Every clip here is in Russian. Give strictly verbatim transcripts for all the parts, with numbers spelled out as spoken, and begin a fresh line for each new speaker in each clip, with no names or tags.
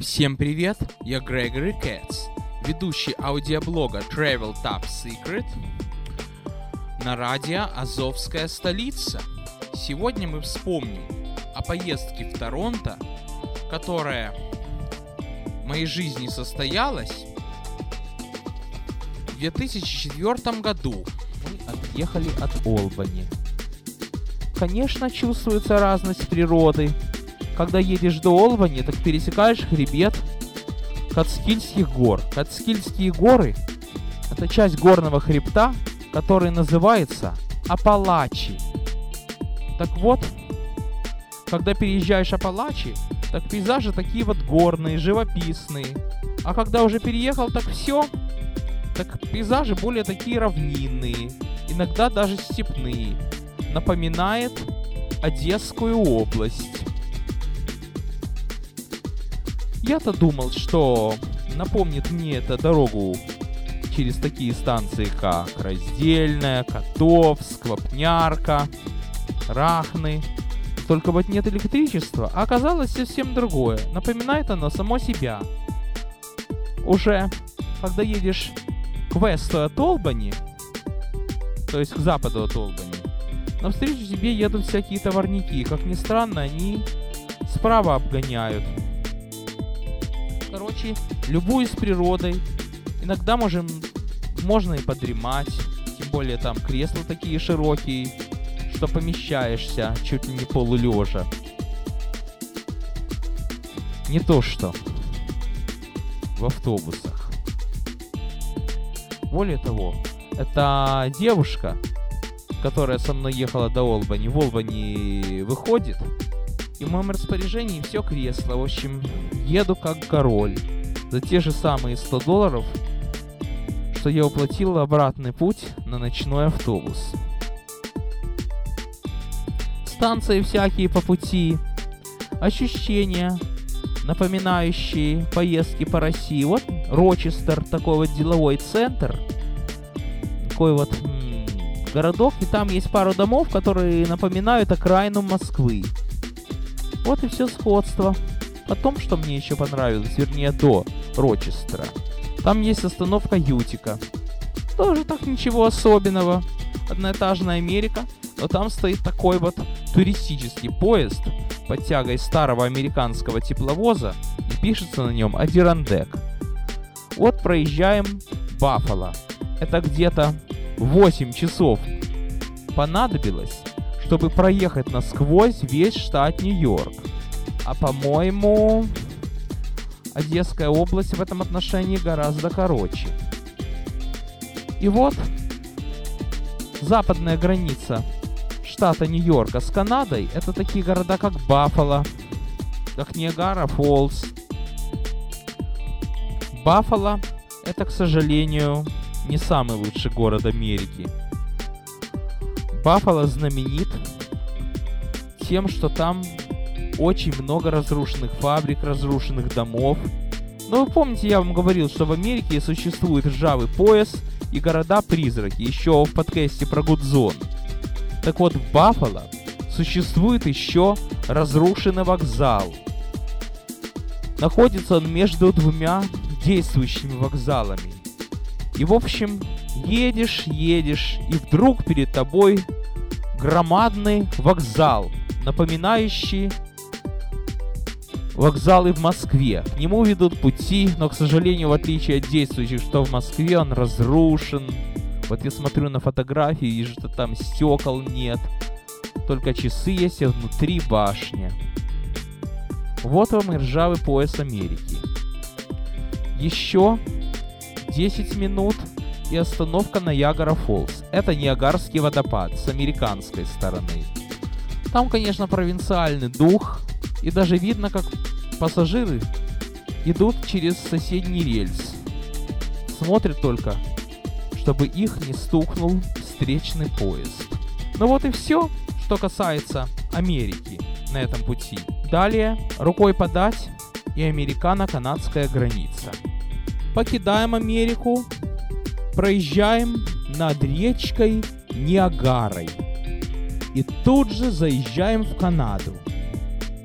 Всем привет, я Грегори Кэтс, ведущий аудиоблога Travel Top Secret на радио «Азовская столица». Сегодня мы вспомним о поездке в Торонто, которая в моей жизни состоялась в две тысячи четвёртом году.
Мы отъехали от Олбани. Конечно, чувствуется разность природы. Когда едешь до Олбани, так пересекаешь хребет Кацкильских гор. Кацкильские горы — это часть горного хребта, который называется Апалачи. Так вот, когда переезжаешь Апалачи, так пейзажи такие вот горные, живописные. А когда уже переехал, так все, так пейзажи более такие равнинные, иногда даже степные. Напоминает Одесскую область. Я-то думал, что напомнит мне это дорогу через такие станции, как Раздельная, Котовск, Вапнярка, Рахны. Только вот нет электричества, а оказалось совсем другое. Напоминает оно само себя. Уже когда едешь к весту от Олбани, то есть к западу от Олбани, навстречу тебе едут всякие товарники. Как ни странно, они справа обгоняют. Короче, любуюсь природой. Иногда можем, можно и подремать. Тем более там кресла такие широкие, что помещаешься чуть ли не полулежа. Не то что в автобусах. Более того, эта девушка, которая со мной ехала до Олбани, в Олбани выходит, и в моем распоряжении все кресло. В общем, еду как король. За те же самые сто долларов, что я уплатил обратный путь на ночной автобус. Станции всякие по пути. Ощущения, напоминающие поездки по России. Вот Рочестер, такой вот деловой центр. Такой вот м- городок. И там есть пару домов, которые напоминают окраину Москвы. Вот и все сходство. Потом, что мне еще понравилось, вернее, до Рочестера, там есть остановка Ютика. Тоже так ничего особенного. Одноэтажная Америка, но там стоит такой вот туристический поезд под тягой старого американского тепловоза, и пишется на нем Адирандек. Вот проезжаем Баффало. Это где-то восемь часов понадобилось, чтобы проехать насквозь весь штат Нью-Йорк. А по-моему, Одесская область в этом отношении гораздо короче. И вот западная граница штата Нью-Йорка с Канадой — это такие города, как Баффало, как Ниагара-Фоллс. Баффало — это, к сожалению, не самый лучший город Америки. Баффало знаменит тем, что там очень много разрушенных фабрик, разрушенных домов. Но вы помните, я вам говорил, что в Америке существует ржавый пояс и города-призраки, еще в подкасте про Гудзон. Так вот, в Баффало существует еще разрушенный вокзал. Находится он между двумя действующими вокзалами. И, в общем, едешь, едешь, и вдруг перед тобой громадный вокзал, напоминающий вокзалы в Москве. К нему ведут пути, но, к сожалению, в отличие от действующих, что в Москве, он разрушен. Вот я смотрю на фотографии, вижу, что там стекол нет. Только часы есть, а внутри башня. Вот вам и ржавый пояс Америки. Еще десять минут и остановка Ниагара-Фоллс. Это Ниагарский водопад с американской стороны. Там, конечно, провинциальный дух. И даже видно, как пассажиры идут через соседний рельс. Смотрят только, чтобы их не стукнул встречный поезд. Ну вот и все, что касается Америки на этом пути. Далее рукой подать и американо-канадская граница. Покидаем Америку, проезжаем над речкой Ниагарой и тут же заезжаем в Канаду.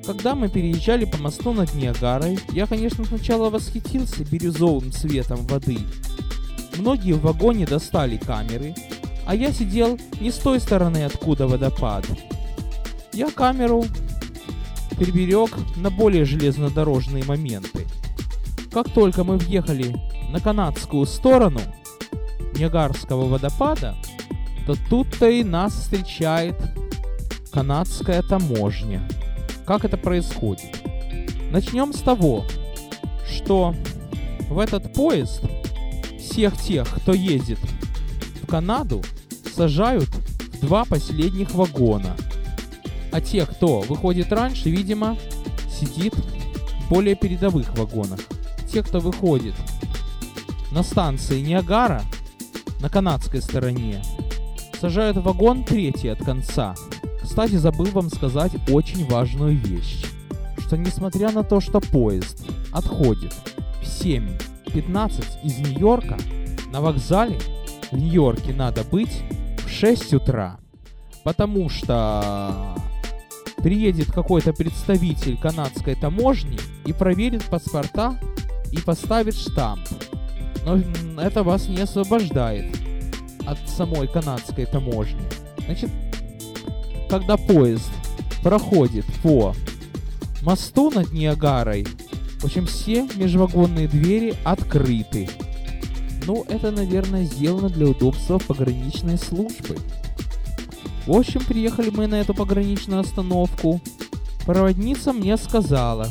Когда мы переезжали по мосту над Ниагарой, я, конечно, сначала восхитился бирюзовым цветом воды. Многие в вагоне достали камеры, а я сидел не с той стороны, откуда водопад. Я камеру приберег на более железнодорожные моменты. Как только мы въехали на канадскую сторону Ниагарского водопада, то тут-то и нас встречает канадская таможня. Как это происходит? Начнем с того, что в этот поезд всех тех, кто едет в Канаду, сажают в два последних вагона. А те, кто выходит раньше, видимо, сидит в более передовых вагонах. Те, кто выходит на станции Ниагара, на канадской стороне, сажают в вагон третий от конца. Кстати, забыл вам сказать очень важную вещь, что несмотря на то, что поезд отходит в семь пятнадцать из Нью-Йорка, на вокзале в Нью-Йорке надо быть в шесть утра, потому что приедет какой-то представитель канадской таможни и проверит паспорта и поставит штамп. Но это вас не освобождает от самой канадской таможни. Значит, когда поезд проходит по мосту над Ниагарой, в общем, все межвагонные двери открыты. Ну, это, наверное, сделано для удобства пограничной службы. В общем, приехали мы на эту пограничную остановку. Проводница мне сказала,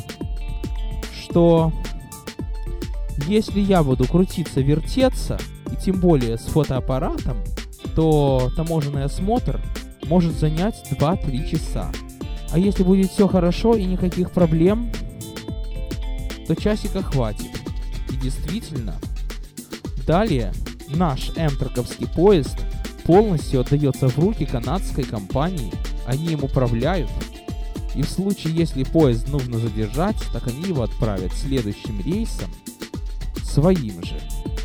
что если я буду крутиться, вертеться, и тем более с фотоаппаратом, то таможенный осмотр может занять два-три часа. А если будет все хорошо и никаких проблем, то часика хватит. И действительно, далее наш эмтраковский поезд полностью отдается в руки канадской компании. Они им управляют. И в случае, если поезд нужно задержать, так они его отправят следующим рейсом своим же.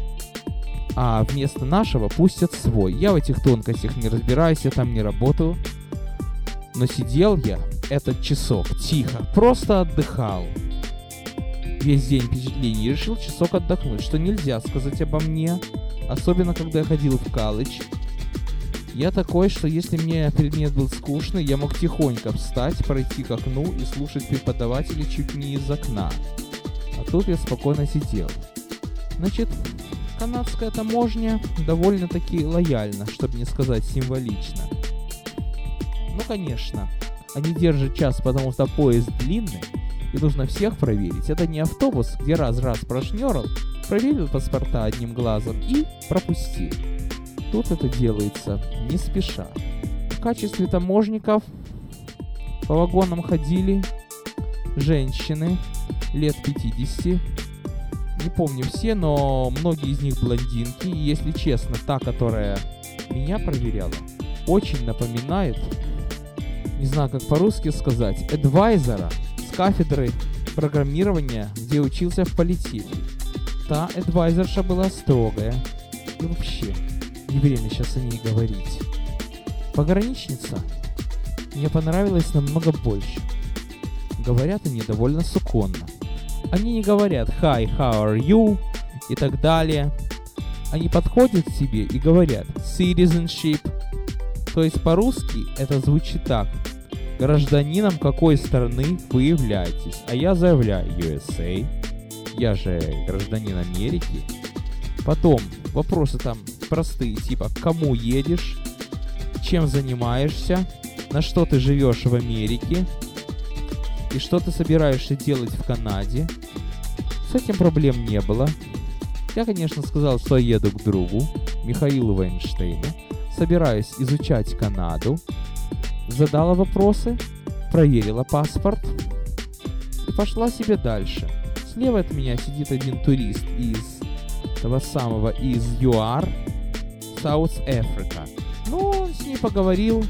А вместо нашего пустят свой. Я в этих тонкостях не разбираюсь, я там не работаю. Но сидел я этот часок тихо, просто отдыхал. Весь день впечатлений, и решил часок отдохнуть, что нельзя сказать обо мне. Особенно, когда я ходил в колледж. Я такой, что если мне предмет был скучный, я мог тихонько встать, пройти к окну и слушать преподавателя чуть не из окна. А тут я спокойно сидел. Значит, канадская таможня довольно-таки лояльна, чтобы не сказать символично. Ну, конечно, они держат час, потому что поезд длинный, и нужно всех проверить. Это не автобус, где раз-раз прошнерал, проверил паспорта одним глазом и пропустил. Тут это делается не спеша. В качестве таможников по вагонам ходили женщины лет пятидесяти. Не помню все, но многие из них блондинки. И, если честно, та, которая меня проверяла, очень напоминает, не знаю, как по-русски сказать, адвайзера с кафедры программирования, где учился в политехе. Та адвайзерша была строгая. И вообще, не время сейчас о ней говорить. Пограничница мне понравилась намного больше. Говорят они довольно суконно. Они не говорят «Hi, how are you?» и так далее. Они подходят к тебе и говорят «Citizenship». То есть по-русски это звучит так: гражданином какой страны вы являетесь? А я заявляю ю эс эй. Я же гражданин Америки. Потом вопросы там простые, типа кому едешь, чем занимаешься, на что ты живешь в Америке и что ты собираешься делать в Канаде. С этим проблем не было. Я, конечно, сказал, что я еду к другу, Михаилу Вайнштейну, собираюсь изучать Канаду, задала вопросы, проверила паспорт и пошла себе дальше. Слева от меня сидит один турист из того самого, из ю ар, South Africa. Ну, он с ней поговорил.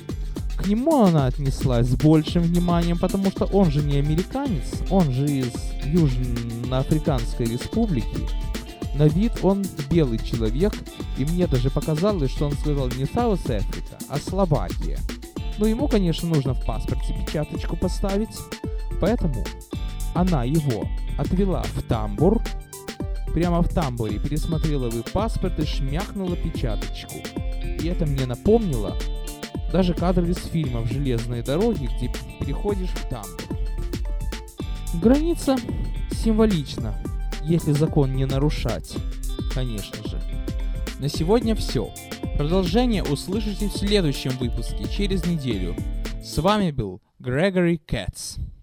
К нему она отнеслась с большим вниманием, потому что он же не американец, он же из Южноафриканской республики. На вид он белый человек, и мне даже показалось, что он сказал не South Africa, а Словакия. Но ему, конечно, нужно в паспорте печаточку поставить, Поэтому она его отвела в тамбур, прямо в тамбуре пересмотрела его паспорт и шмякнула печаточку. И это мне напомнило даже кадры из фильмов «Железные дороги», где переходишь в тамбур. Граница символична, если закон не нарушать, конечно же. На сегодня все. Продолжение услышите в следующем выпуске через неделю. С вами был Gregory Katz.